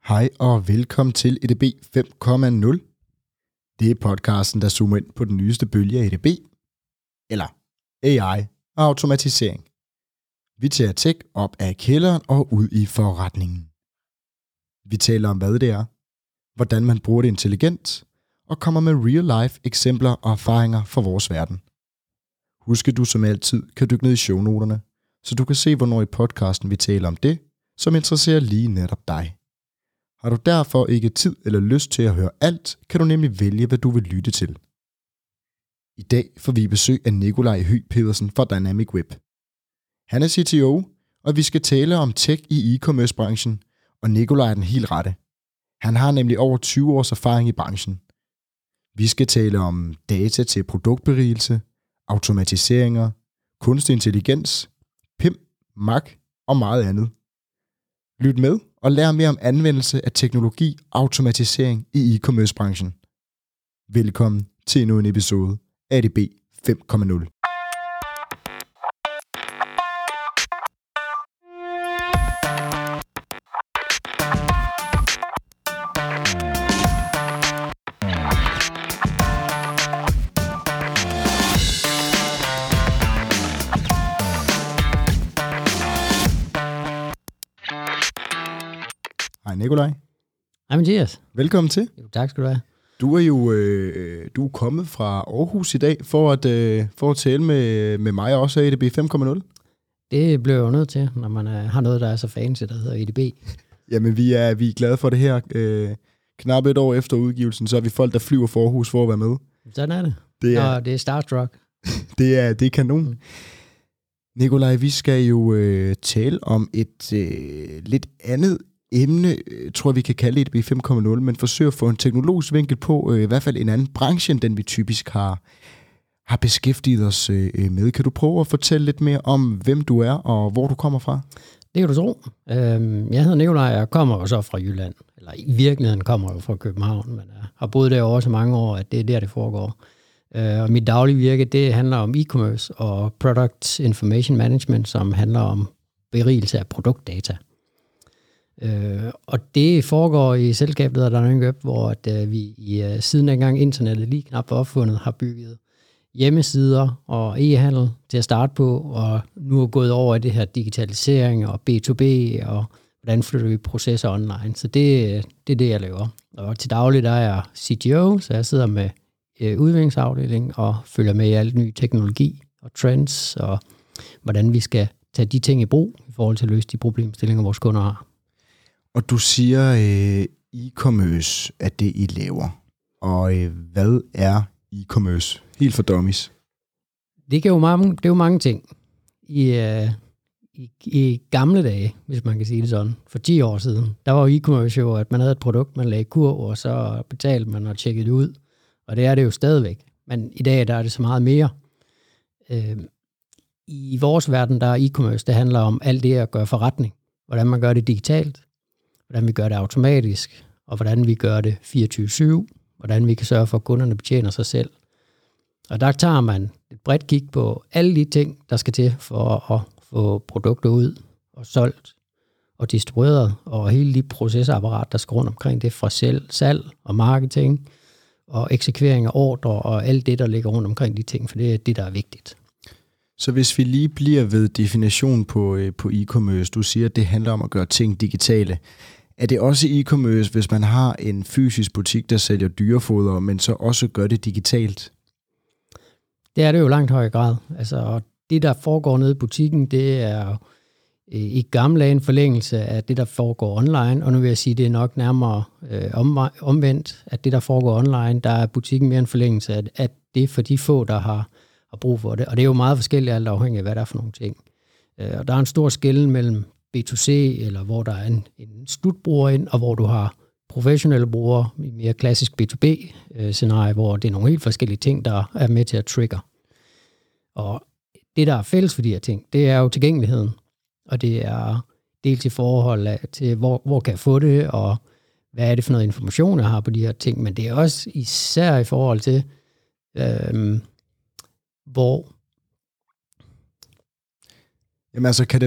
Hej og velkommen til EDB 5.0. Det er podcasten, der zoomer ind på den nyeste bølge af EDB, eller AI og automatisering. Vi tager tech op af kælderen og ud i forretningen. Vi taler om, hvad det er, hvordan man bruger det intelligent, og kommer med real-life eksempler og erfaringer fra vores verden. Husk, at du som altid kan dykke ned i shownoterne, så du kan se, hvornår i podcasten vi taler om det, som interesserer lige netop dig. Har du derfor ikke tid eller lyst til at høre alt, kan du nemlig vælge, hvad du vil lytte til. I dag får vi besøg af Nikolaj Høgh Pedersen fra Dynamic Web. Han er CTO, og vi skal tale om tech i e-commerce-branchen, og Nikolaj er den helt rette. Han har nemlig over 20 års erfaring i branchen. Vi skal tale om data til produktberigelse, automatiseringer, kunstig intelligens, PIM, Mac og meget andet. Lyt med og lær mere om anvendelse af teknologi og automatisering i e-commerce-branchen. Velkommen til endnu en episode af EDB 5.0. Hej Nikolaj. Hej Mathias. Velkommen til. Jo, tak skal du have. Du er jo du er kommet fra Aarhus i dag for at tale med mig også af EDB 5.0. Det bliver jo nødt til, når man har noget, der er så fancy, der hedder EDB. Jamen, vi er glade for det her. Knap et år efter udgivelsen, så er vi folk, der flyver for Aarhus for at være med. Sådan er det. Det er starstruck. det er kanon. Nikolaj, vi skal jo tale om et lidt andet emne, tror jeg, vi kan kalde EDB 5.0, men forsøge at få en teknologisk vinkel på, i hvert fald en anden branche, end den vi typisk har beskæftiget os med. Kan du prøve at fortælle lidt mere om, hvem du er, og hvor du kommer fra? Det kan du tro. Jeg hedder Nikolaj, og jeg kommer jo så fra Jylland. Eller i virkeligheden kommer jeg jo fra København, men jeg har boet derovre så mange år, at det er der, det foregår. Og mit daglige virke, det handler om e-commerce og product information management, som handler om berigelse af produktdata. Og det foregår i selskabet, der er Dynamic Web, hvor vi siden dengang internettet lige knap var opfundet, har bygget hjemmesider og e-handel til at starte på, og nu er gået over i det her digitalisering og B2B, og hvordan flytter vi processer online. Så det er det, jeg laver. Og til daglig der er jeg CTO, så jeg sidder med udviklingsafdelingen og følger med i alt ny teknologi og trends, og hvordan vi skal tage de ting i brug i forhold til at løse de problemstillinger, vores kunder har. Og du siger e-commerce er det, I laver. Og hvad er e-commerce? Helt for dummies. Det er jo mange ting. I gamle dage, hvis man kan sige det sådan, for 10 år siden, der var jo e-commerce jo, at man havde et produkt, man lagde i kurv, og så betalte man og tjekkede det ud. Og det er det jo stadigvæk. Men i dag, der er det så meget mere. I vores verden, der er e-commerce, det handler om alt det at gøre forretning. Hvordan man gør det digitalt, hvordan vi gør det automatisk, og hvordan vi gør det 24/7, hvordan vi kan sørge for, at kunderne betjener sig selv. Og der tager man et bredt kig på alle de ting, der skal til for at få produkter ud og solgt og distribueret, og hele de procesapparat, der skal rundt omkring det, fra salg og marketing og eksekvering af ordre og alt det, der ligger rundt omkring de ting, for det er det, der er vigtigt. Så hvis vi lige bliver ved definition på e-commerce, du siger, at det handler om at gøre ting digitale. Er det også e-commerce, hvis man har en fysisk butik, der sælger dyrefoder, men så også gør det digitalt? Det er det jo langt højere grad. Altså, det, der foregår nede i butikken, det er i gamle dage en forlængelse af det, der foregår online, og nu vil jeg sige, at det er nok nærmere omvendt, at det, der foregår online, der er butikken mere en forlængelse af det for de få, der har brug for det. Og det er jo meget forskelligt, alt afhængigt af, hvad der er for nogle ting. Og der er en stor skelnen mellem B2C, eller hvor der er en slutbruger ind, og hvor du har professionelle brugere i mere klassisk B2B-scenarie, hvor det er nogle helt forskellige ting, der er med til at trigger. Og det, der er fælles for de her ting, det er jo tilgængeligheden. Og det er dels i forhold til, hvor kan jeg få det, og hvad er det for noget information, jeg har på de her ting. Men det er også især i forhold til, hvor Jamen altså, kan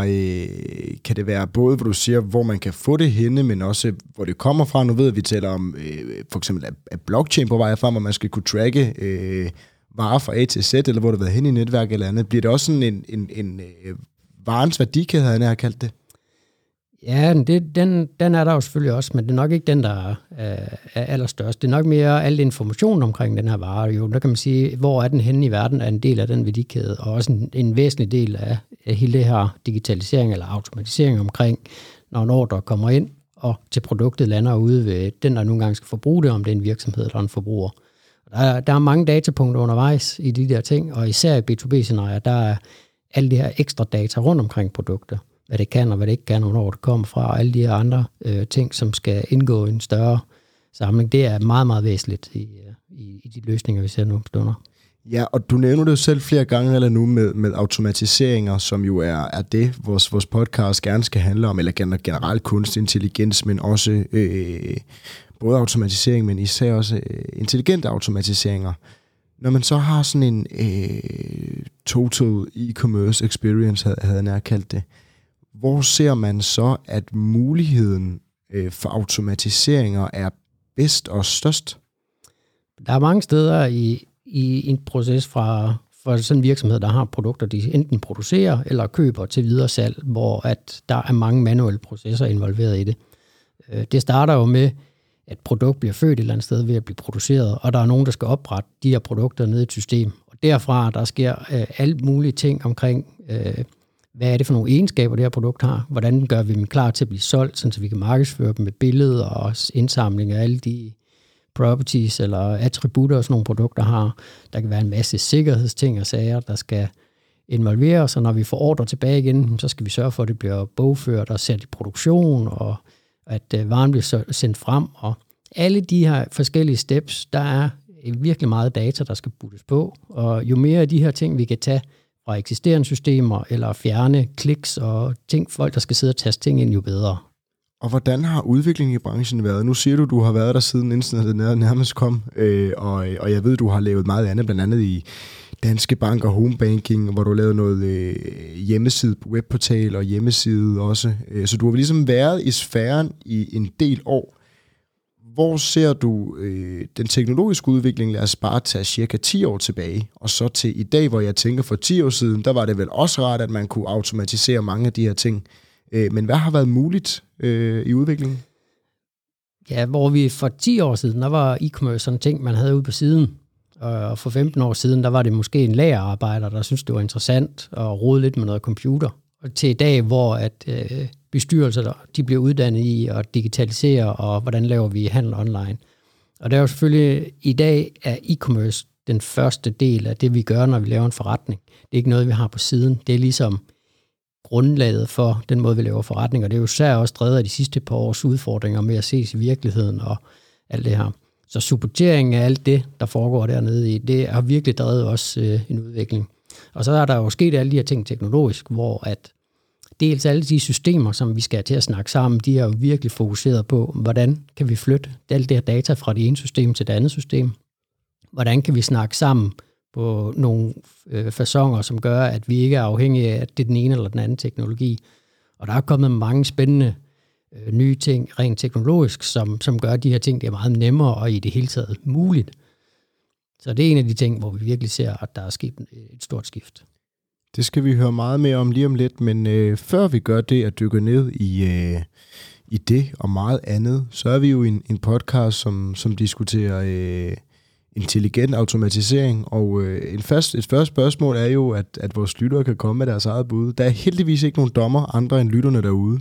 det være både, hvor du siger, hvor man kan få det henne, men også, hvor det kommer fra? Nu ved vi taler om, for eksempel, at blockchain på vej frem, hvor man skal kunne tracke varer fra A til Z, eller hvor det har været hen i netværk eller andet. Bliver det også sådan en varens værdikæde, havde jeg kaldt det? Ja, den er der jo selvfølgelig også, men det er nok ikke den, der er allerstørst. Det er nok mere al information omkring den her vare. Jo, der kan man sige, hvor er den henne i verden, er en del af den værdikæde, og også en væsentlig del af hele det her digitalisering eller automatisering omkring, når en ordre kommer ind, og til produktet lander ude ved den, der nogle gange skal forbruge det, om det er en virksomhed eller en forbruger. Der er mange datapunkter undervejs i de der ting, og især i B2B-scenarier, der er alle de her ekstra data rundt omkring produkter. Hvad det kan og hvad det ikke kan, hvornår det kommer fra, og alle de her andre ting, som skal indgå i en større samling. Det er meget, meget væsentligt i de løsninger, vi ser nu på stunder. Ja, og du nævner det jo selv flere gange eller nu med automatiseringer, som jo er det, vores podcast gerne skal handle om, eller generelt kunstig intelligens, men også både automatisering, men især også intelligente automatiseringer. Når man så har sådan en total e-commerce experience, havde jeg kaldt det, hvor ser man så, at muligheden for automatiseringer er bedst og størst? Der er mange steder i en proces for sådan en virksomhed, der har produkter, de enten producerer eller køber til videre salg, hvor at der er mange manuelle processer involveret i det. Det starter jo med, at et produkt bliver født et eller andet sted ved at blive produceret, og der er nogen, der skal oprette de her produkter nede i et system. Og derfra, der sker alt mulige ting omkring, hvad er det for nogle egenskaber, det her produkt har? Hvordan gør vi dem klar til at blive solgt, så vi kan markedsføre dem med billeder og indsamling af alle de properties eller attributter, som nogle produkter har. Der kan være en masse sikkerhedsting og sager, der skal involveres, og når vi får ordre tilbage igen, så skal vi sørge for, at det bliver bogført og sat i produktion, og at varen bliver sendt frem. Og alle de her forskellige steps, der er virkelig meget data, der skal puttes på, og jo mere af de her ting, vi kan tage fra eksisterende systemer, eller fjerne kliks og ting, folk, der skal sidde og taste ting ind, jo bedre. Og hvordan har udviklingen i branchen været? Nu siger du har været der siden internettet nærmest kom, og jeg ved, du har lavet meget andet, blandt andet i Danske Bank og homebanking, hvor du lavede noget hjemmeside, webportal og hjemmeside også. Så du har ligesom været i sfæren i en del år. Hvor ser du den teknologiske udvikling, lad os bare tage cirka 10 år tilbage, og så til i dag, hvor jeg tænker for 10 år siden, der var det vel også rart, at man kunne automatisere mange af de her ting. Men hvad har været muligt i udviklingen? Ja, hvor vi for 10 år siden, der var e-commerce sådan en ting, man havde ude på siden. Og for 15 år siden, der var det måske en lagerarbejder, der syntes, det var interessant at rode lidt med noget computer. Og til i dag, hvor at bestyrelser, de bliver uddannet i at digitalisere, og hvordan laver vi handel online. Og der er jo selvfølgelig, i dag er e-commerce den første del af det, vi gør, når vi laver en forretning. Det er ikke noget, vi har på siden. Det er ligesom grundlaget for den måde, vi laver forretning, og det er jo især også drevet af de sidste par års udfordringer med at ses i virkeligheden og alt det her. Så supporteringen af alt det, der foregår dernede i, det har virkelig drevet også en udvikling. Og så er der jo sket alle de her ting teknologisk, hvor at dels alle de systemer, som vi skal have til at snakke sammen, de er jo virkelig fokuseret på, hvordan kan vi flytte alt det her data fra det ene system til det andet system. Hvordan kan vi snakke sammen på nogle faconer, som gør, at vi ikke er afhængige af, at det er den ene eller den anden teknologi. Og der er kommet mange spændende nye ting, rent teknologisk, som gør de her ting, det er meget nemmere og i det hele taget muligt. Så det er en af de ting, hvor vi virkelig ser, at der er sket et stort skift. Det skal vi høre meget mere om lige om lidt, men før vi gør det at dykke ned i det og meget andet, så er vi jo en podcast, som diskuterer intelligent automatisering, og et første spørgsmål er jo, at vores lyttere kan komme med deres eget bud. Der er heldigvis ikke nogen dommer, andre end lytterne derude,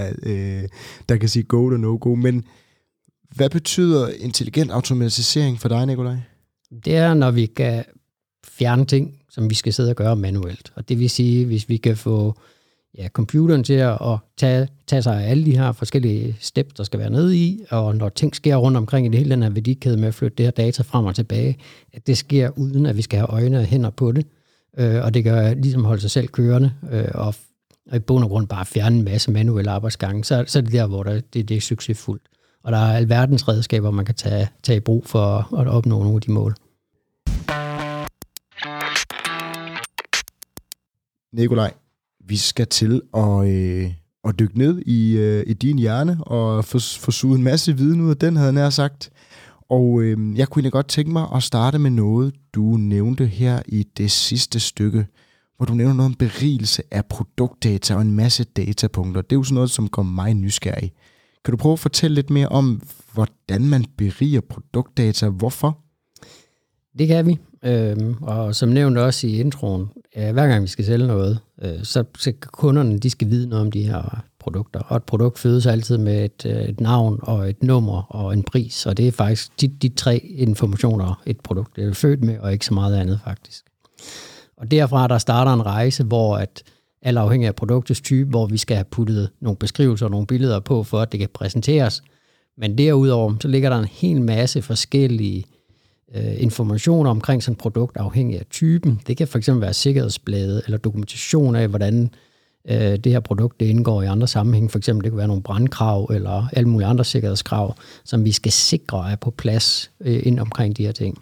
der kan sige go eller no go, men hvad betyder intelligent automatisering for dig, Nikolaj? Det er, når vi kan fjerne ting, som vi skal sidde og gøre manuelt. Og det vil sige, hvis vi kan få computeren til at tage sig af alle de her forskellige steps, der skal være nede i, og når ting sker rundt omkring i det hele den her værdikæde med at flytte det her data frem og tilbage, at det sker uden, at vi skal have øjne og hænder på det. Og det kan ligesom holde sig selv kørende, og i bund og grund bare fjerne en masse manuelle arbejdsgange. Så er det der, hvor det er succesfuldt. Og der er alverdens redskaber, man kan tage i brug for at opnå nogle af de mål. Nikolaj, Vi skal til at dykke ned i din hjerne og få suget en masse viden ud af den, havde jeg nær sagt. Og jeg kunne egentlig godt tænke mig at starte med noget, du nævnte her i det sidste stykke, hvor du nævner noget om berigelse af produktdata og en masse datapunkter. Det er jo sådan noget, som gør mig nysgerrig. Kan du prøve at fortælle lidt mere om, hvordan man beriger produktdata, hvorfor? Det kan vi, og som nævnt også i introen, hver gang vi skal sælge noget, så kunderne de skal vide noget om de her produkter. Og et produkt fødes altid med et navn og et nummer og en pris, og det er faktisk de 3 informationer, et produkt er født med, og ikke så meget andet faktisk. Og derfra der starter en rejse, hvor at alt afhængig af produktets type, hvor vi skal have puttet nogle beskrivelser og nogle billeder på, for at det kan præsenteres. Men derudover, så ligger der en hel masse forskellige informationer omkring sådan et produkt, afhængig af typen. Det kan fx være sikkerhedsblade eller dokumentation af, hvordan det her produkt det indgår i andre sammenhæng. For eksempel det kan være nogle brandkrav eller alle mulige andre sikkerhedskrav, som vi skal sikre er på plads ind omkring de her ting.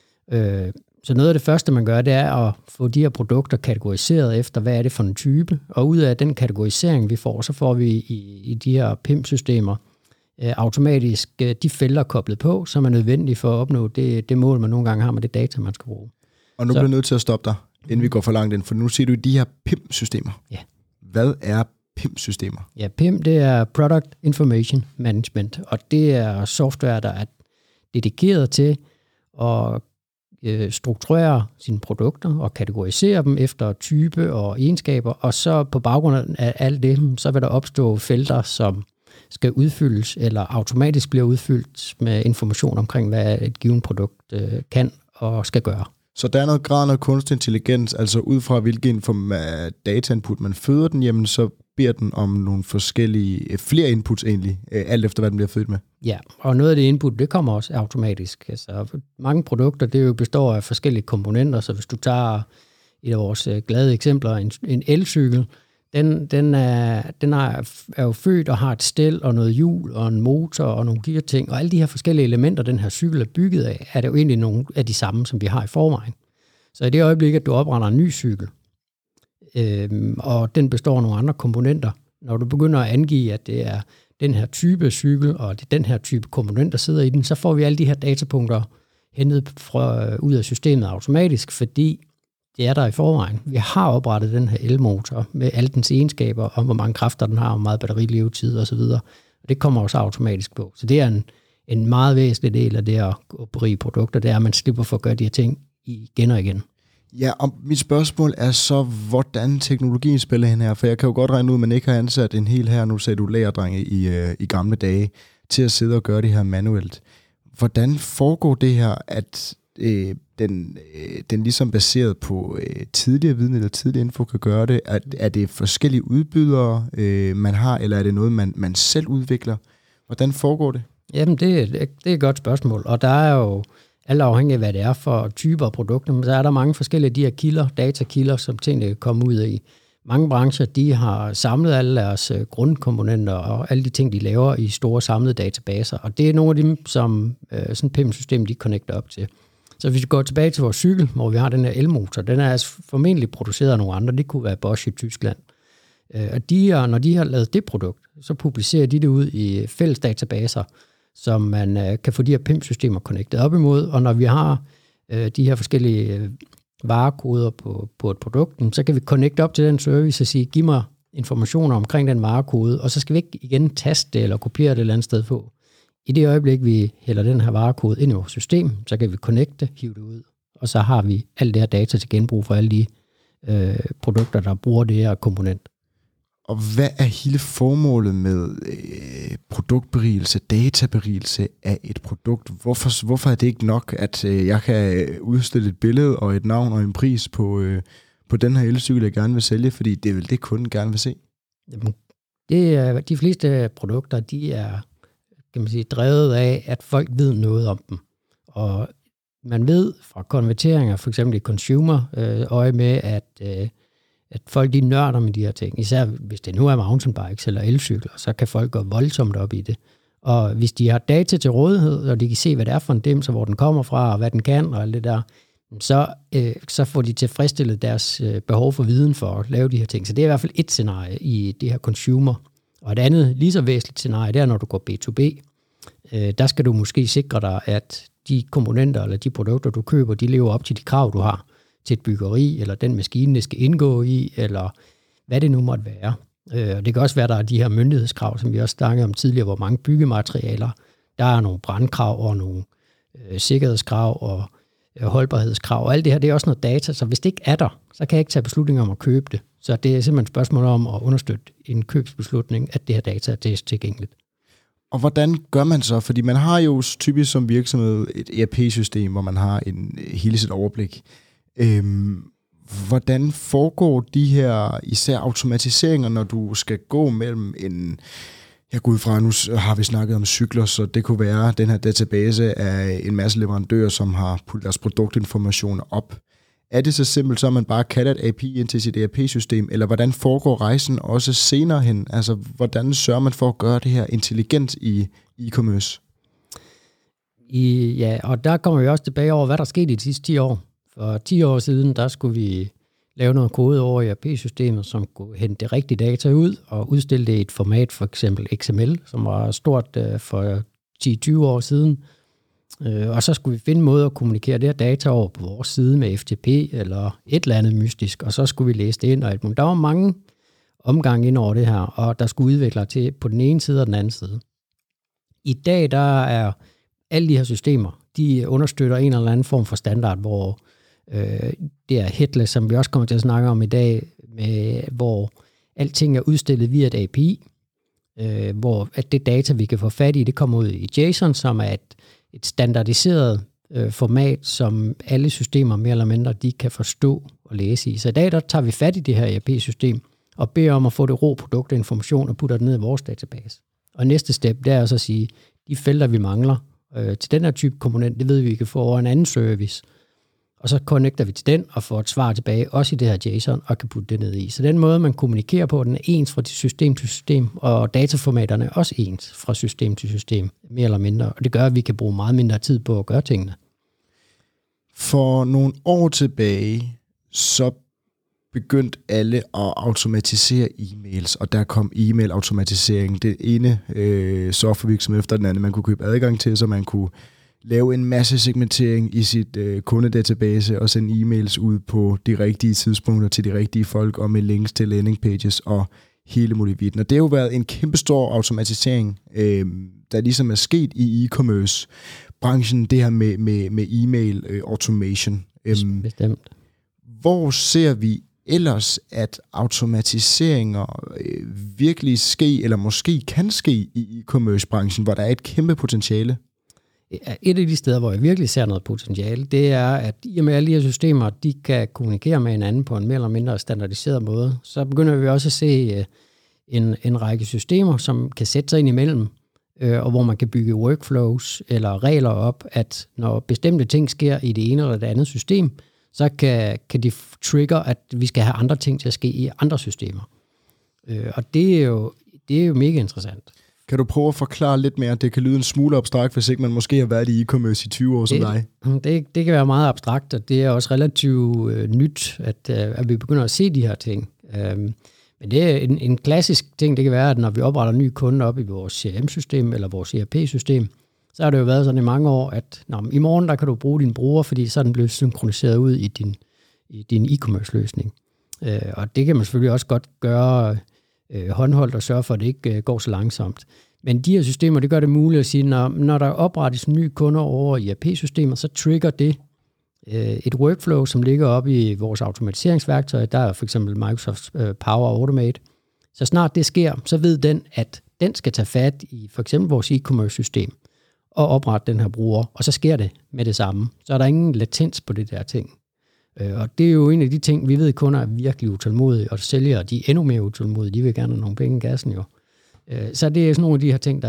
Så noget af det første, man gør, det er at få de her produkter kategoriseret efter, hvad er det for en type. Og ud af den kategorisering, vi får, så får vi i de her PIM-systemer automatisk de felter koblet på, som er nødvendige for at opnå det mål, man nogle gange har med det data, man skal bruge. Og nu bliver jeg nødt til at stoppe dig, inden vi går for langt ind, for nu siger du de her PIM-systemer. Ja. Hvad er PIM-systemer? Ja, PIM, det er Product Information Management, og det er software, der er dedikeret til at strukturere sine produkter og kategorisere dem efter type og egenskaber, og så på baggrund af alt det, så vil der opstå felter, som skal udfyldes, eller automatisk bliver udfyldt med information omkring, hvad et givet produkt kan og skal gøre. Så der er noget grad af kunstig intelligens, altså ud fra hvilken datainput man føder den, jamen så beder den om nogle forskellige, flere inputs egentlig, alt efter hvad den bliver født med. Ja, og noget af det input, det kommer også automatisk. Altså, mange produkter, det jo består af forskellige komponenter, så hvis du tager et af vores glade eksempler, en elcykel, den er jo født og har et stel og noget hjul og en motor og nogle gearting, og alle de her forskellige elementer, den her cykel er bygget af, er det jo egentlig nogle af de samme, som vi har i forvejen. Så i det øjeblik, at du opretter en ny cykel, og den består af nogle andre komponenter, når du begynder at angive, at det er den her type cykel, og det er den her type komponent, der sidder i den, så får vi alle de her datapunkter hentet ud af systemet automatisk, fordi det er der i forvejen. Vi har oprettet den her elmotor med alle dens egenskaber, om hvor mange kræfter den har, hvor meget batterilevetid osv. Og det kommer også automatisk på. Så det er en meget væsentlig del af det at berige produkter, det er, at man slipper for at gøre de her ting igen og igen. Ja, og mit spørgsmål er så, hvordan teknologien spiller hen her, for jeg kan jo godt regne ud, at man ikke har ansat en hel her, nu sagde du lærerdrenge i gamle dage, til at sidde og gøre det her manuelt. Hvordan foregår det her, at den ligesom baseret på tidligere viden eller tidligere info kan gøre det? Er det forskellige udbydere, man har, eller er det noget, man selv udvikler? Hvordan foregår det? Jamen, det er et godt spørgsmål, og der er jo alt afhængig af, hvad det er for typer af produkter, men så er der mange forskellige de her kilder, datakilder, som tingene kan komme ud af. Mange brancher, de har samlet alle deres grundkomponenter og alle de ting, de laver i store samlede databaser, og det er nogle af dem, som sådan et PIM-system, de connecter op til. Så hvis vi går tilbage til vores cykel, hvor vi har den her elmotor, den er altså formentlig produceret af nogle andre, det kunne være Bosch i Tyskland. Og når de har lavet det produkt, så publicerer de det ud i fælles databaser, som man kan få de her PIM-systemer connectet op imod, og når vi har de her forskellige varekoder på et produkt, så kan vi connecte op til den service og sige, giv mig informationer omkring den varekode, og så skal vi ikke igen taste det eller kopiere det et eller andet sted på. I det øjeblik, vi hælder den her varekode ind i vores system, så kan vi connecte, hive det ud, og så har vi alt det her data til genbrug for alle de produkter, der bruger det her komponent. Og hvad er hele formålet med produktberigelse, databerigelse af et produkt? Hvorfor er det ikke nok, at jeg kan udstille et billede og et navn og en pris på den her elcykel, jeg gerne vil sælge? Fordi det er vel det, kunden gerne vil se. Jamen, de fleste produkter, de er, kan man sige, drevet af, at folk ved noget om dem. Og man ved fra konverteringer, for eksempel i consumer-øje med, at folk de nørder med de her ting. Især hvis det nu er mountainbikes eller elcykler, så kan folk gå voldsomt op i det. Og hvis de har data til rådighed, og de kan se, hvad det er for en dims, og hvor den kommer fra, og hvad den kan, og alt det der, så får de tilfredsstillet deres behov for viden for at lave de her ting. Så det er i hvert fald et scenarie i det her consumer. Og et andet lige så væsentligt scenarie, det er, når du går B2B. Der skal du måske sikre dig, at de komponenter eller de produkter, du køber, de lever op til de krav, du har til et byggeri, eller den maskine, det skal indgå i, eller hvad det nu måtte være. Og det kan også være, der er de her myndighedskrav, som vi også snakkede om tidligere, hvor mange byggematerialer, der er nogle brandkrav og nogle sikkerhedskrav og holdbarhedskrav, og alt det her, det er også noget data, så hvis det ikke er der, så kan jeg ikke tage beslutninger om at købe det. Så det er simpelthen et spørgsmål om at understøtte en købsbeslutning, at det her data er tilgængeligt. Og hvordan gør man så? Fordi man har jo typisk som virksomhed et ERP-system, hvor man har hele sit overblik. Hvordan foregår de her især automatiseringer, når du skal gå mellem jeg går ud fra, nu har vi snakket om cykler, så det kunne være den her database af en masse leverandører, som har puttet deres produktinformationer op. Er det så simpelt, så man bare kalder et API ind til sit ERP-system, eller hvordan foregår rejsen også senere hen? Altså, hvordan sørger man for at gøre det her intelligent i e-commerce? Ja, og der kommer vi også tilbage over, hvad der skete i de sidste 10 år. For 10 år siden, der skulle vi lave noget kode over i ERP-systemet, som kunne hente det rigtige data ud og udstille det i et format, for eksempel XML, som var stort for 10-20 år siden. Og så skulle vi finde en måde at kommunikere det her data over på vores side med FTP eller et eller andet mystisk, og så skulle vi læse det ind. Og der var mange omgange ind over det her, og der skulle udvikle til på den ene side og den anden side. I dag, der er alle de her systemer, de understøtter en eller anden form for standard, hvor det er headless, som vi også kommer til at snakke om i dag, hvor alting er udstillet via et API, hvor at det data, vi kan få fat i, det kommer ud i JSON, som er et standardiseret format, som alle systemer mere eller mindre, de kan forstå og læse i. Så i dag, der tager vi fat i det her ERP-system og beder om at få det rå produktinformation og putter det ned i vores database. Og næste step, det er også at sige, de felter, vi mangler til den her type komponent, det ved vi kan få over en anden service. Og så connecter vi til den og får et svar tilbage, også i det her JSON, og kan putte det ned i. Så den måde, man kommunikerer på, den er ens fra system til system, og dataformaterne er også ens fra system til system, mere eller mindre. Og det gør, at vi kan bruge meget mindre tid på at gøre tingene. For nogle år tilbage, så begyndte alle at automatisere e-mails, og der kom e-mail-automatisering. Det ene softwarevirksomhed efter den anden, man kunne købe adgang til, så man kunne lave en masse segmentering i sit kundedatabase og sende e-mails ud på de rigtige tidspunkter til de rigtige folk og med links til landing pages og hele muligheden. Og det har jo været en kæmpestor automatisering, der ligesom er sket i e-commerce-branchen, det her med e-mail automation. Bestemt. Hvor ser vi ellers, at automatiseringer virkelig ske, eller måske kan ske i e-commerce-branchen, hvor der er et kæmpe potentiale? Et af de steder, hvor jeg virkelig ser noget potentiale, det er, at i og med alle de her systemer, de kan kommunikere med hinanden på en mere eller mindre standardiseret måde, så begynder vi også at se en række systemer, som kan sætte sig ind imellem, og hvor man kan bygge workflows eller regler op, at når bestemte ting sker i det ene eller det andet system, så kan de trigger, at vi skal have andre ting til at ske i andre systemer. Og det er jo mega interessant. Kan du prøve at forklare lidt mere? Det kan lyde en smule abstrakt, hvis ikke man måske har været i e-commerce i 20 år som dig. Det kan være meget abstrakt, og det er også relativt nyt, at vi begynder at se de her ting. Men det er en klassisk ting, det kan være, at når vi opretter en ny kunde op i vores CRM-system eller vores ERP-system, så har det jo været sådan i mange år, at i morgen der kan du bruge din bruger, fordi så er den blevet synkroniseret ud i din e-commerce-løsning. Og det kan man selvfølgelig også godt gøre håndholdt og sørge for, at det ikke går så langsomt. Men de her systemer, det gør det muligt at sige, når der oprettes en ny kunde over i ERP-systemet, så trigger det et workflow, som ligger oppe i vores automatiseringsværktøj. Der er for eksempel Microsoft Power Automate. Så snart det sker, så ved den, at den skal tage fat i for eksempel vores e-commerce-system og oprette den her bruger, og så sker det med det samme. Så er der ingen latens på det der ting. Og det er jo en af de ting, vi ved, kunder er virkelig utålmodige, og sælgere, de er endnu mere utålmodige, de vil gerne have nogle penge i kassen jo. Så det er sådan nogle af de her ting,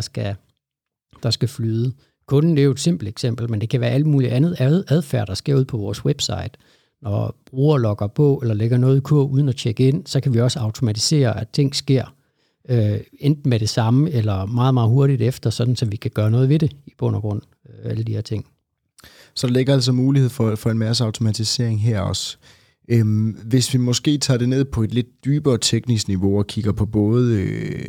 der skal flyde. Kunden, det er jo et simpelt eksempel, men det kan være alt muligt andet adfærd, der sker ud på vores website. Når brugere logger på, eller lægger noget i kurv uden at tjekke ind, så kan vi også automatisere, at ting sker enten med det samme, eller meget, meget hurtigt efter, sådan så vi kan gøre noget ved det i bund og grund, alle de her ting. Så der ligger altså mulighed for en masse automatisering her også. Hvis vi måske tager det ned på et lidt dybere teknisk niveau og kigger på både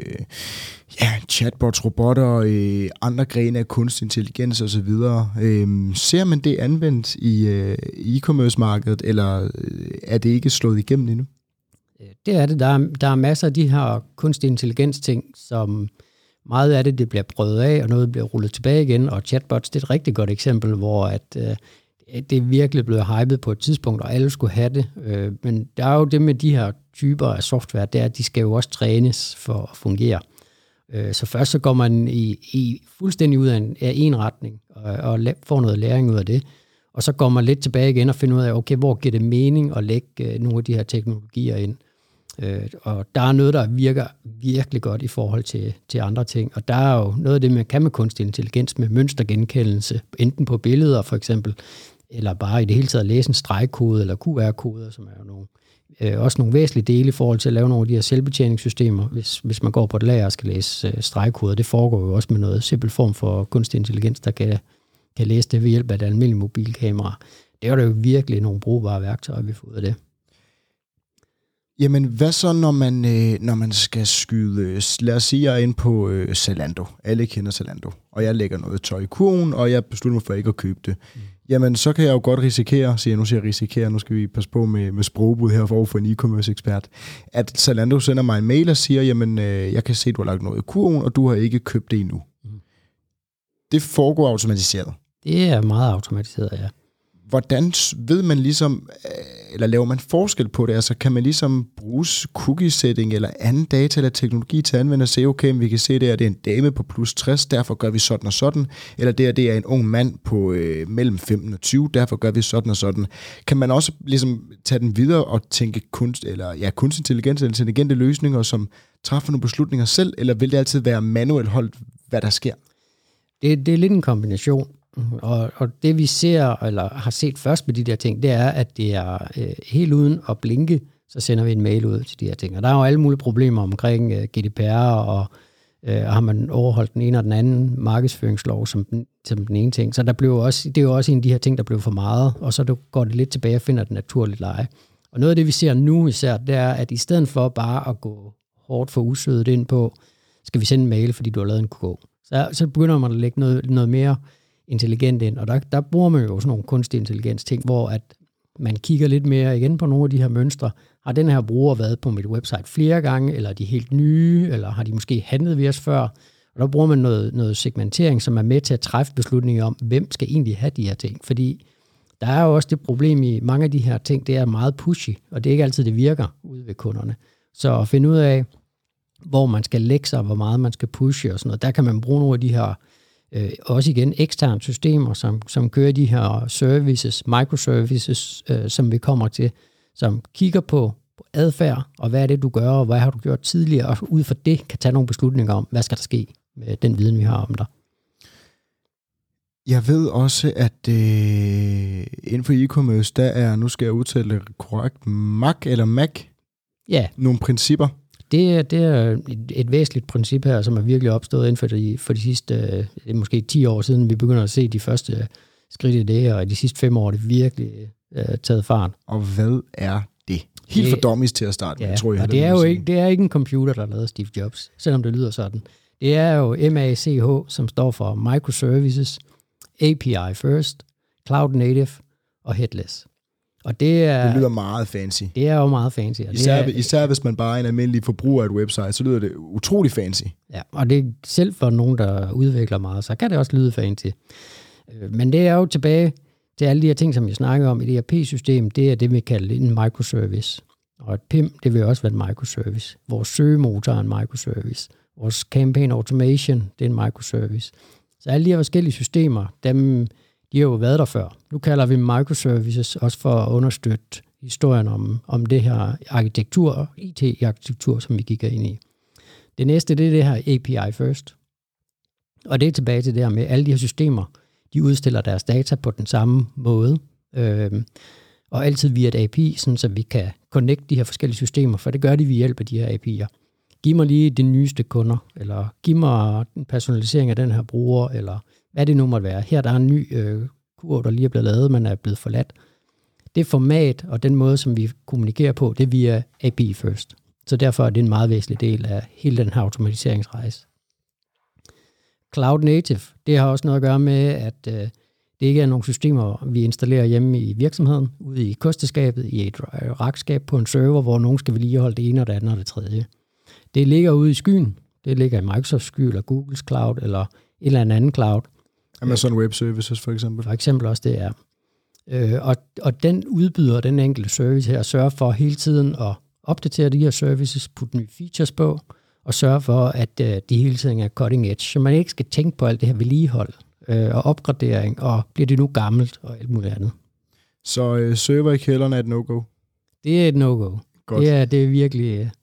chatbots, robotter, andre grene af kunstig intelligens osv., ser man det anvendt i e-commerce-markedet, eller er det ikke slået igennem endnu? Det er det. Der er masser af de her kunstig intelligens-ting, som meget af det bliver prøvet af, og noget bliver rullet tilbage igen, og chatbots, det er et rigtig godt eksempel, hvor det er virkelig blevet hypet på et tidspunkt, og alle skulle have det. Men der er jo det med de her typer af software, det er, at de skal jo også trænes for at fungere. Så først så går man i fuldstændig ud af en retning, og får noget læring ud af det. Og så går man lidt tilbage igen og finder ud af, okay, hvor giver det mening at lægge nogle af de her teknologier ind. Og der er noget, der virker virkelig godt i forhold til andre ting. Og der er jo noget af det, man kan med kunstig intelligens, med mønstergenkendelse, enten på billeder for eksempel, eller bare i det hele taget læse en stregkode eller QR-koder, som er jo også nogle væsentlige dele i forhold til at lave nogle af de her selvbetjeningssystemer. Hvis man går på et lager og skal læse stregkoder, det foregår jo også med noget simpel form for kunstig intelligens, der kan læse det ved hjælp af et almindeligt mobilkamera. Det er jo virkelig nogle brugbare værktøjer, vi får ud af det. Jamen, hvad så, når man skal skyde... Lad os sige, jeg er inde på Zalando. Alle kender Zalando. Og jeg lægger noget tøj i kurven, og jeg beslutter mig for ikke at købe det. Jamen, så kan jeg jo godt risikere, nu skal vi passe på med sprogbud her for en e-commerce-ekspert, at Zalando sender mig en mail og siger, jamen, jeg kan se, at du har lagt noget i kurven, og du har ikke købt det endnu. Det foregår automatiseret. Det er meget automatiseret, ja. Hvordan ved man ligesom, eller laver man forskel på det? Altså kan man ligesom bruge cookie-setting eller anden data eller teknologi til at anvende og sige, okay, vi kan se det, at det er en dame på plus 60, derfor gør vi sådan og sådan, eller det er en ung mand på mellem 15 og 20, derfor gør vi sådan og sådan. Kan man også ligesom tage den videre og tænke kunstig intelligens eller intelligente løsninger, som træffer nogle beslutninger selv, eller vil det altid være manuelt holdt, hvad der sker? Det er lidt en kombination. Og det vi ser, eller har set først med de der ting, det er, at det er helt uden at blinke, så sender vi en mail ud til de her ting. Og der er jo alle mulige problemer omkring GDPR, og har man overholdt den ene og den anden markedsføringslov som den ene ting. Så det er jo også en af de her ting, der blev for meget, og så går det lidt tilbage og finder et naturligt leje. Og noget af det, vi ser nu især, det er, at i stedet for bare at gå hårdt for usødet ind på, skal vi sende en mail, fordi du har lavet en KK. Så begynder man at lægge noget mere intelligent ind, og der bruger man jo sådan nogle kunstig intelligens ting, hvor at man kigger lidt mere igen på nogle af de her mønstre. Har den her bruger været på mit website flere gange, eller er de helt nye, eller har de måske handlet ved os før? Og der bruger man noget segmentering, som er med til at træffe beslutninger om, hvem skal egentlig have de her ting. Fordi der er jo også det problem i mange af de her ting, det er meget pushy, og det er ikke altid, det virker ude ved kunderne. Så at finde ud af, hvor man skal lægge sig, hvor meget man skal pushe og sådan noget, der kan man bruge nogle af de her også igen eksterne systemer, som kører de her services, microservices, som vi kommer til, som kigger på adfærd, og hvad er det, du gør, og hvad har du gjort tidligere, og ud fra det kan tage nogle beslutninger om, hvad skal der ske med den viden, vi har om dig. Jeg ved også, at inden for e-commerce, der er, nu skal jeg udtale det korrekt, Mac, ja. Nogle principper. Det er et væsentligt princip her, som er virkelig opstået inden for de sidste, måske 10 år siden, vi begynder at se de første skridt i det, og de sidste 5 år er det virkelig taget fart. Og hvad er det? Helt for dummies til at starte, ja, tror jeg. Og det er jo ikke en computer, der lavede Steve Jobs, selvom det lyder sådan. Det er jo MACH, som står for Microservices, API First, Cloud Native og Headless. Og det lyder meget fancy. Det er jo meget fancy. Især hvis man bare er en almindelig forbruger af et website, så lyder det utrolig fancy. Ja, og det er selv for nogen, der udvikler meget, så kan det også lyde fancy. Men det er jo tilbage til alle de her ting, som jeg snakker om. Et ERP-system, det er det, vi kalder en microservice. Og et PIM, det vil også være en microservice. Vores søgemotor er en microservice. Vores campaign automation, det er en microservice. Så alle de her forskellige systemer, de har jo været der før. Nu kalder vi microservices også for at understøtte historien om det her arkitektur, IT-arkitektur, som vi kigger ind i. Det næste, det er det her API First. Og det er tilbage til det her med, alle de her systemer, de udstiller deres data på den samme måde. Og altid via et API, sådan så vi kan connecte de her forskellige systemer, for det gør de ved hjælp af de her API'er. Giv mig lige de nyeste kunder, eller giv mig en personalisering af den her bruger, eller hvad det nu måtte være. Her der er en ny kurv, der lige er blevet lavet, men er blevet forladt. Det format og den måde, som vi kommunikerer på, det er via API first. Så derfor er det en meget væsentlig del af hele den her automatiseringsrejse. Cloud native, det har også noget at gøre med, at det ikke er nogle systemer, vi installerer hjemme i virksomheden, ude i kosteskabet, i et rakskab på en server, hvor nogen skal vedligeholde det ene og det andet og det tredje. Det ligger ude i skyen. Det ligger i Microsoft sky, eller Googles cloud, eller en eller anden cloud. Amazon Web Services for eksempel. For eksempel også det er. Og den udbyder den enkelte service her, sørger for hele tiden at opdatere de her services, putte nye features på, og sørge for, at de hele tiden er cutting edge, så man ikke skal tænke på alt det her vedligehold og opgradering, og bliver det nu gammelt og alt muligt andet. Så server i kælderen er et no-go? Det er et no-go. Det er virkelig...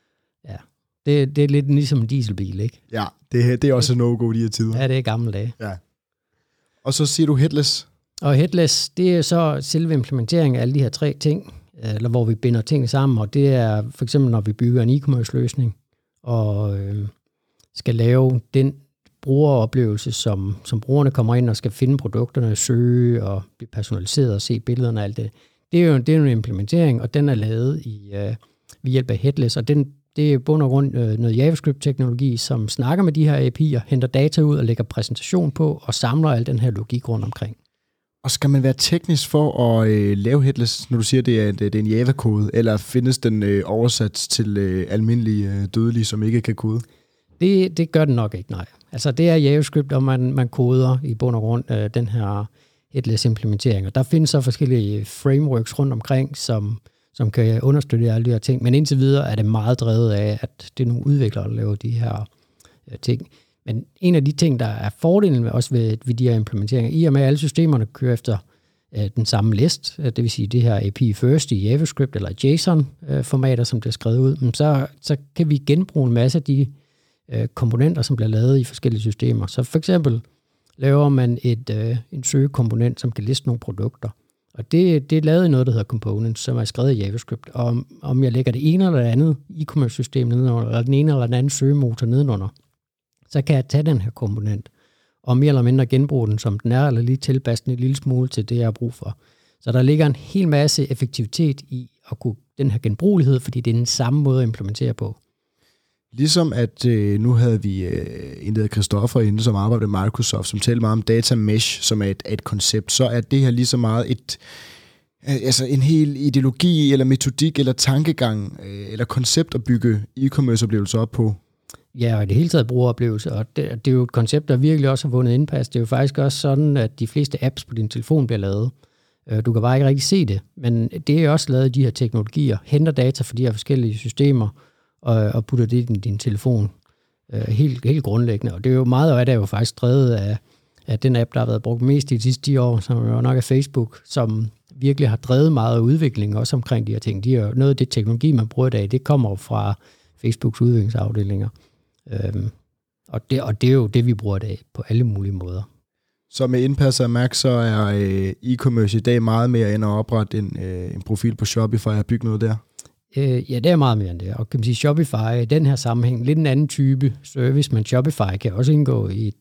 Det er lidt ligesom en dieselbil, ikke? Ja, det er også et no-go de her tider. Ja, det er gamle dage. Ja. Og så siger du headless? Og headless, det er så selve implementeringen af alle de her 3 ting, eller hvor vi binder ting sammen, og det er for eksempel, når vi bygger en e-commerce løsning, og skal lave den brugeroplevelse, som brugerne kommer ind og skal finde produkterne, søge og blive personaliseret og se billederne og alt det. Det er jo en implementering, og den er lavet ved hjælp af headless, og det er bund og grund noget JavaScript-teknologi, som snakker med de her API'er, henter data ud og lægger præsentation på, og samler al den her logik rundt omkring. Og skal man være teknisk for at lave headless, når du siger, det er en Java-kode, eller findes den oversat til almindelige dødelige, som ikke kan kode? Det gør den nok ikke, nej. Altså det er JavaScript, og man koder i bund og grund den her headless-implementering. Og der findes så forskellige frameworks rundt omkring, som kan understøtte alle de her ting. Men indtil videre er det meget drevet af, at det er nogle udviklere, der laver de her ting. Men en af de ting, der er fordelen også ved de her implementeringer, i og med at alle systemerne kører efter den samme list, det vil sige det her API first i JavaScript eller JSON-formater, som bliver skrevet ud, så kan vi genbruge en masse af de komponenter, som bliver lavet i forskellige systemer. Så for eksempel laver man en søgekomponent, som kan liste nogle produkter. Og det er lavet i noget, der hedder Components, som er skrevet i JavaScript. Og om jeg lægger det ene eller det andet e-commerce-system nedenunder, eller den ene eller den anden søgemotor nedenunder, så kan jeg tage den her komponent, og mere eller mindre genbruge den, som den er, eller lige tilpasse den en lille smule til det, jeg har brug for. Så der ligger en hel masse effektivitet i at kunne den her genbrugelighed, fordi det er den samme måde at implementere på. Ligesom at nu havde vi en, der hedder Christoffer inde, som arbejder med Microsoft, som talte meget om data mesh, som er et koncept, så er det her lige så meget en hel ideologi, eller metodik, eller tankegang, eller koncept at bygge e-commerce-oplevelser op på. Ja, og i det hele taget brugeroplevelse, og det er jo et koncept, der virkelig også har vundet indpas. Det er jo faktisk også sådan, at de fleste apps på din telefon bliver lavet. Du kan bare ikke rigtig se det, men det er også lavet i de her teknologier, henter data fra de her forskellige systemer, og putter det i din telefon helt grundlæggende. Og det er jo meget af det er jo faktisk drevet af den app, der har været brugt mest i de sidste 10 år, som jo nok er Facebook, som virkelig har drevet meget af udvikling også omkring de her ting. De er noget af det teknologi, man bruger i dag, det kommer fra Facebooks udviklingsafdelinger. Og det er jo det, vi bruger i dag på alle mulige måder. Så med indpas af Mac, så er e-commerce i dag meget mere end at oprette en profil på Shopify og bygge noget der? Ja, det er meget mere end det. Og kan man sige, Shopify i den her sammenhæng lidt en anden type service, men Shopify kan også indgå i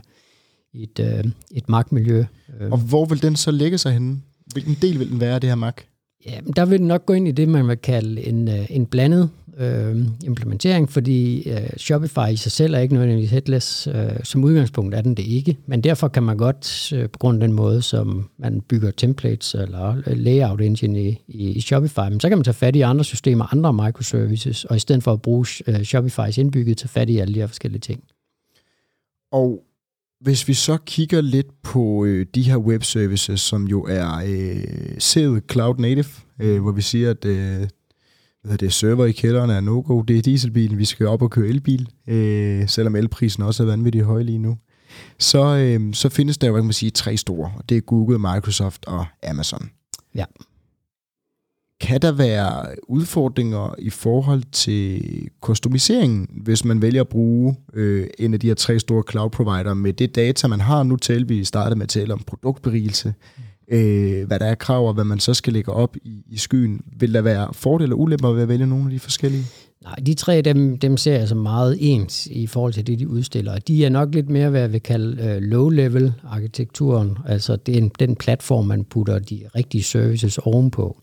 et Mac-miljø. Og hvor vil den så lægge sig henne? Hvilken del vil den være af det her Mac? Ja, der vil den nok gå ind i det, man vil kalde en blandet implementering, fordi Shopify i sig selv er ikke nødvendigvis headless. Som udgangspunkt er den det ikke, men derfor kan man godt, på grund af den måde, som man bygger templates eller layout engine i Shopify, men så kan man tage fat i andre systemer, andre microservices, og i stedet for at bruge Shopifys indbygget, tage fat i alle de her forskellige ting. Og hvis vi så kigger lidt på de her web services, som jo er SED Cloud Native, hvor vi siger, at det er server i kælderen er no-go, det er dieselbilen, vi skal op og køre elbil, selvom elprisen også er vanvittigt høj lige nu. Så findes der jo, kan man sige, 3 store, og det er Google, Microsoft og Amazon. Ja. Kan der være udfordringer i forhold til customiseringen, hvis man vælger at bruge en af de her 3 store cloud provider med det data, man har? Nu talte vi startet med at tale om produktberigelse, hvad der er krav og hvad man så skal lægge op i skyen. Vil der være fordele og ulemper ved at vælge nogle af de forskellige? Nej, de tre, dem ser jeg som meget ens i forhold til det, de udstiller. De er nok lidt mere, hvad jeg vil kalde low-level-arkitekturen. Altså det er den platform, man putter de rigtige services ovenpå.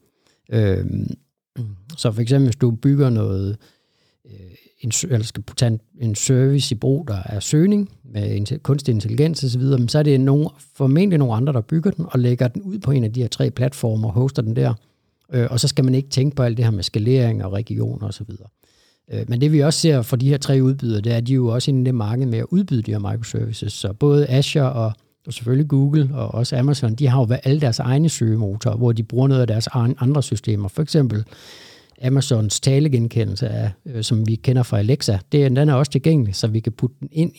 Så for eksempel, hvis du bygger noget, eller skal tage en service i brug, der er søgning med kunstig intelligens osv., så er det formentlig nogle andre, der bygger den og lægger den ud på en af de her tre platformer og hoster den der. Og så skal man ikke tænke på alt det her med skalering og regioner osv. Men det vi også ser for de her tre udbydere, det er, at de jo også inde i det marked med at udbyde de her microservices. Så både Azure og selvfølgelig Google og også Amazon, de har jo alle deres egne søgemotorer, hvor de bruger noget af deres andre systemer. For eksempel Amazons talegenkendelse, som vi kender fra Alexa, den er også tilgængelig, så vi kan putte den ind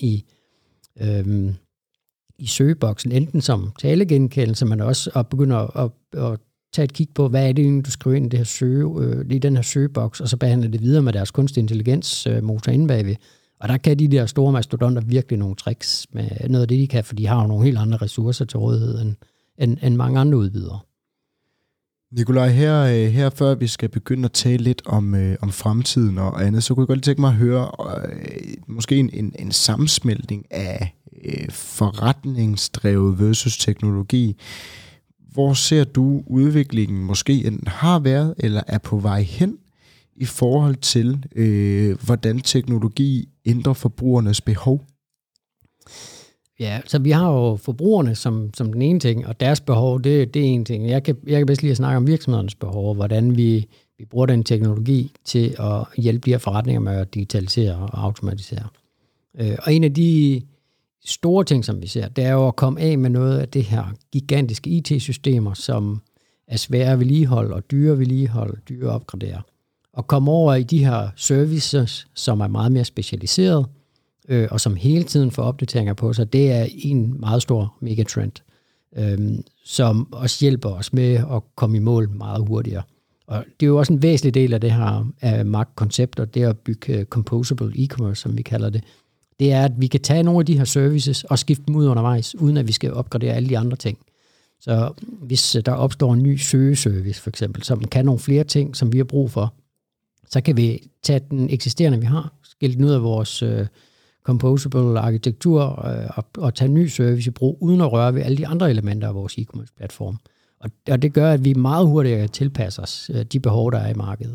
i søgeboksen, enten som talegenkendelse, men også at begynde at tage et kig på, hvad er det, du skriver ind i den her søgeboks, og så behandler det videre med deres kunstig intelligensmotor inde bagved. Og der kan de der store mastodonter virkelig nogle tricks med noget af det, de kan, for de har jo nogle helt andre ressourcer til rådighed end mange andre udbydere. Nikolaj, her før vi skal begynde at tale lidt om fremtiden og andet, så kunne jeg godt tænke mig at høre måske en sammensmeltning af forretningsdrevet versus teknologi. Hvor ser du udviklingen måske enten har været eller er på vej hen i forhold til, hvordan teknologi ændrer forbrugernes behov? Ja, så vi har jo forbrugerne som den ene ting, og deres behov, det er en ting. Jeg kan bedst lige at snakke om virksomhedernes behov, og hvordan vi bruger den teknologi til at hjælpe de her forretninger med at digitalisere og automatisere. Og en af de store ting, som vi ser, det er jo at komme af med noget af det her gigantiske IT-systemer, som er svære at vedligeholde og dyre at vedligeholde, dyre at opgradere. Og komme over i de her services, som er meget mere specialiseret, og som hele tiden får opdateringer på sig, det er en meget stor megatrend, som også hjælper os med at komme i mål meget hurtigere. Og det er jo også en væsentlig del af det her markedkoncept, og det at bygge composable e-commerce, som vi kalder det. Det er, at vi kan tage nogle af de her services og skifte dem ud undervejs, uden at vi skal opgradere alle de andre ting. Så hvis der opstår en ny søgeservice, for eksempel, som kan nogle flere ting, som vi har brug for, så kan vi tage den eksisterende, vi har, skille den ud af vores composable arkitektur og tage en ny service i brug, uden at røre ved alle de andre elementer af vores e-commerce-platform. Og det gør, at vi meget hurtigere tilpasser os de behov, der er i markedet.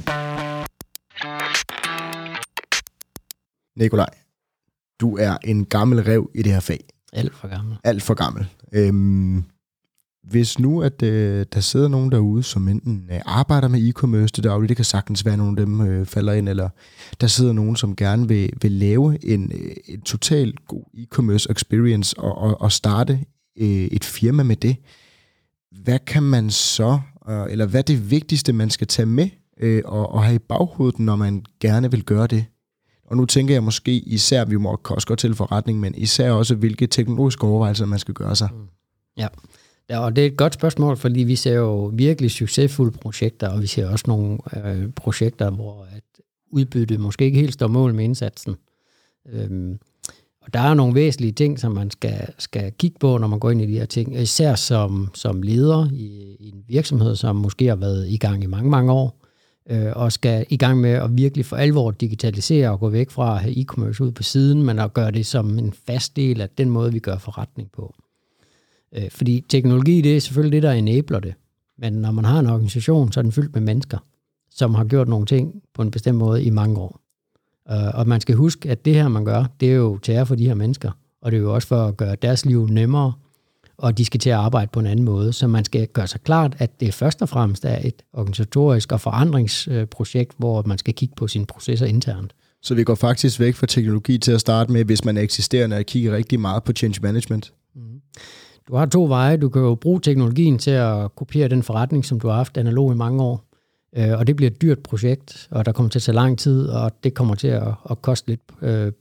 Nikolaj, du er en gammel ræv i det her fag. Alt for gammel. Alt for gammel. Hvis nu, at der sidder nogen derude, som enten arbejder med e-commerce til dagligt, det kan sagtens være, nogen af dem falder ind, eller der sidder nogen, som gerne vil lave en totalt god e-commerce experience og starte et firma med det. Hvad kan man så, eller hvad er det vigtigste, man skal tage med og have i baghovedet, når man gerne vil gøre det? Og nu tænker jeg måske især, vi må også godt til forretning, men især også, hvilke teknologiske overvejelser man skal gøre sig. Ja, og det er et godt spørgsmål, fordi vi ser jo virkelig succesfulde projekter, og vi ser også nogle projekter, hvor at udbyttet måske ikke helt står mål med indsatsen. Og der er nogle væsentlige ting, som man skal kigge på, når man går ind i de her ting. Især som leder i en virksomhed, som måske har været i gang i mange, mange år, og skal i gang med at virkelig for alvor digitalisere og gå væk fra at have e-commerce ud på siden, men at gøre det som en fast del af den måde, vi gør forretning på. Fordi teknologi, det er selvfølgelig det, der enabler det. Men når man har en organisation, så er den fyldt med mennesker, som har gjort nogle ting på en bestemt måde i mange år. Og man skal huske, at det her, man gør, det er jo til ære for de her mennesker, og det er jo også for at gøre deres liv nemmere, og de skal til at arbejde på en anden måde. Så man skal gøre sig klart, at det først og fremmest er et organisatorisk og forandringsprojekt, hvor man skal kigge på sine processer internt. Så vi går faktisk væk fra teknologi til at starte med, hvis man er eksisterende og kigger rigtig meget på change management? Du har to veje. Du kan jo bruge teknologien til at kopiere den forretning, som du har haft analog i mange år. Og det bliver et dyrt projekt, og der kommer til at tage lang tid, og det kommer til at koste lidt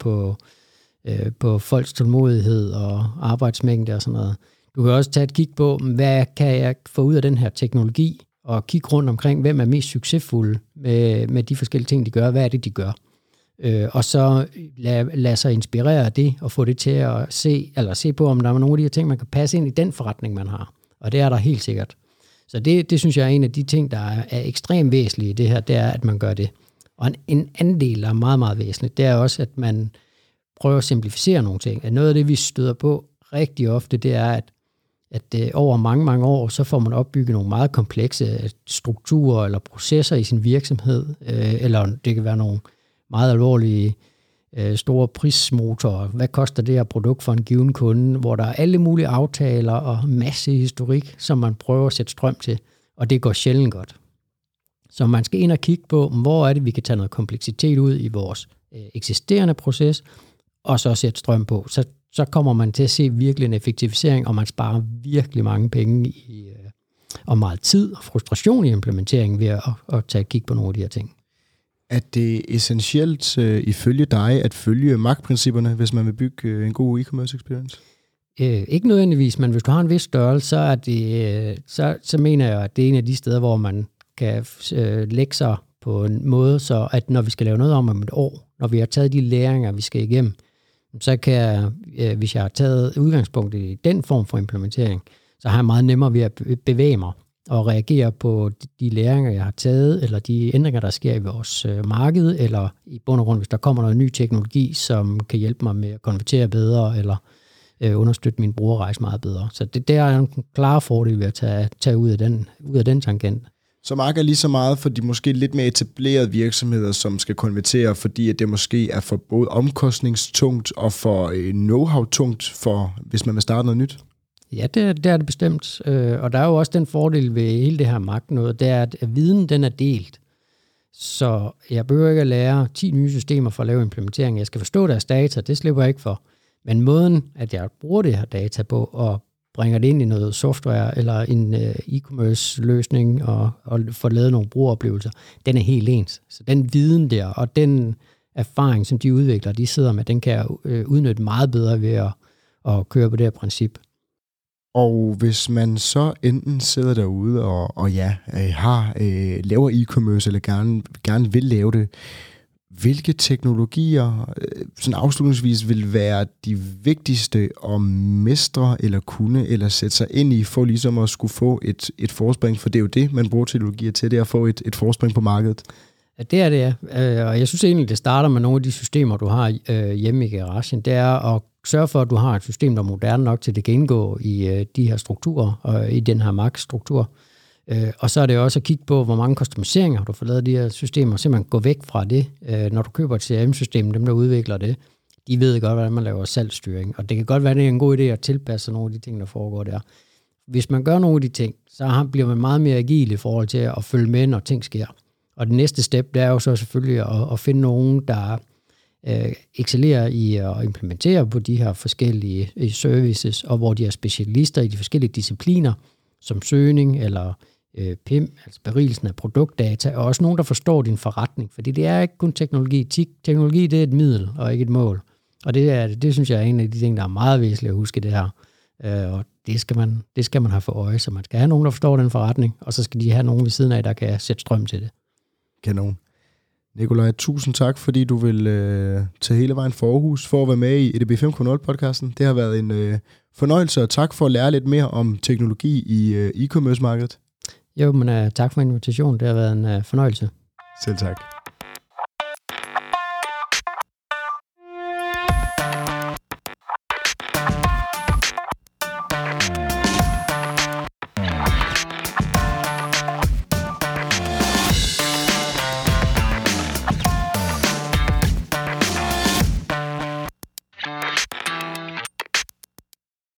på folks tålmodighed og arbejdsmængde og sådan noget. Du kan også tage et kig på, hvad kan jeg få ud af den her teknologi, og kigge rundt omkring, hvem er mest succesfulde med de forskellige ting, de gør. Hvad er det, de gør? Og så lade sig inspirere af det, og få det til at se på, om der er nogle af de her ting, man kan passe ind i den forretning, man har. Og det er der helt sikkert. Så det synes jeg er en af de ting, der er ekstremt væsentlige i det her, det er, at man gør det. Og en anden del, der er meget, meget væsentligt, det er også, at man prøver at simplificere nogle ting. At noget af det, vi støder på rigtig ofte, det er, at over mange, mange år, så får man opbygget nogle meget komplekse strukturer eller processer i sin virksomhed, eller det kan være nogle meget alvorlige store prismotorer. Hvad koster det her produkt for en given kunde, hvor der er alle mulige aftaler og masse historik, som man prøver at sætte strøm til, og det går sjældent godt. Så man skal ind og kigge på, hvor er det, vi kan tage noget kompleksitet ud i vores eksisterende proces, og så sætte strøm på. Så kommer man til at se virkelig en effektivisering, og man sparer virkelig mange penge og meget tid og frustration i implementeringen ved at tage et kig på nogle af de her ting. Er det essentielt ifølge dig at følge magtprincipperne, hvis man vil bygge en god e-commerce experience? Ikke nødvendigvis, men hvis du har en vis størrelse, så mener jeg, at det er en af de steder, hvor man kan lægge sig på en måde, så at når vi skal lave noget om et år, når vi har taget de læringer, vi skal igennem, så kan jeg, hvis jeg har taget udgangspunkt i den form for implementering, så har jeg meget nemmere ved at bevæge mig og reagere på de læringer, jeg har taget, eller de ændringer, der sker i vores marked, eller i bund og grund, hvis der kommer noget ny teknologi, som kan hjælpe mig med at konvertere bedre, eller understøtte min brugerrejse meget bedre. Så det der er en klar fordel ved at tage ud af den tangent. Så markedet er lige så meget for de måske lidt mere etablerede virksomheder, som skal konvertere, fordi at det måske er for både omkostningstungt og for know-how-tungt, for hvis man vil starte noget nyt? Ja, det er det bestemt. Og der er jo også den fordel ved hele det her magt noget, det er, at viden den er delt. Så jeg behøver ikke at lære 10 nye systemer for at lave implementering. Jeg skal forstå deres data, det slipper jeg ikke for. Men måden, at jeg bruger det her data på og bringer det ind i noget software eller en e-commerce løsning og får lavet nogle brugeroplevelser, den er helt ens. Så den viden der og den erfaring, som de udvikler, de sidder med, den kan jeg udnytte meget bedre ved at køre på det her princip. Og hvis man så enten sidder derude og laver e-commerce eller gerne vil lave det, hvilke teknologier sådan afslutningsvis vil være de vigtigste at mestre eller kunne eller sætte sig ind i for ligesom at skulle få et forspring? For det er jo det, man bruger teknologier til, det er at få et forspring på markedet. Ja, det er det, ja. Og jeg synes egentlig, det starter med nogle af de systemer, du har hjemme i garagen. Det er at sørge for, at du har et system, der er moderne nok til, at det kan indgå i de her strukturer og i den her magtstruktur. Og så er det også at kigge på, hvor mange customiseringer har du fået lavet af de her systemer, simpelthen gå væk fra det. Når du køber et CRM-system, dem der udvikler det, de ved godt, hvordan man laver salgsstyring. Og det kan godt være, at det er en god idé at tilpasse nogle af de ting, der foregår der. Hvis man gør nogle af de ting, så bliver man meget mere agil i forhold til at følge med, når ting sker. Og det næste step, det er jo så selvfølgelig at finde nogen, der excellerer i at implementere på de her forskellige services, og hvor de er specialister i de forskellige discipliner, som søgning eller PIM, altså berigelsen af produktdata, og også nogen, der forstår din forretning. Fordi det er ikke kun teknologi. Teknologi, det er et middel og ikke et mål. Og det synes jeg er en af de ting, der er meget væsentligt at huske det her. Og det skal man have for øje. Så man skal have nogen, der forstår den forretning, og så skal de have nogen ved siden af, der kan sætte strøm til det. Kanon. Nikolaj, tusind tak, fordi du vil tage hele vejen for Aarhus for at være med i EDB 5.0-podcasten. Det har været en fornøjelse, og tak for at lære lidt mere om teknologi i e-commerce-markedet. Jo, men tak for invitationen. Det har været en fornøjelse. Selv tak.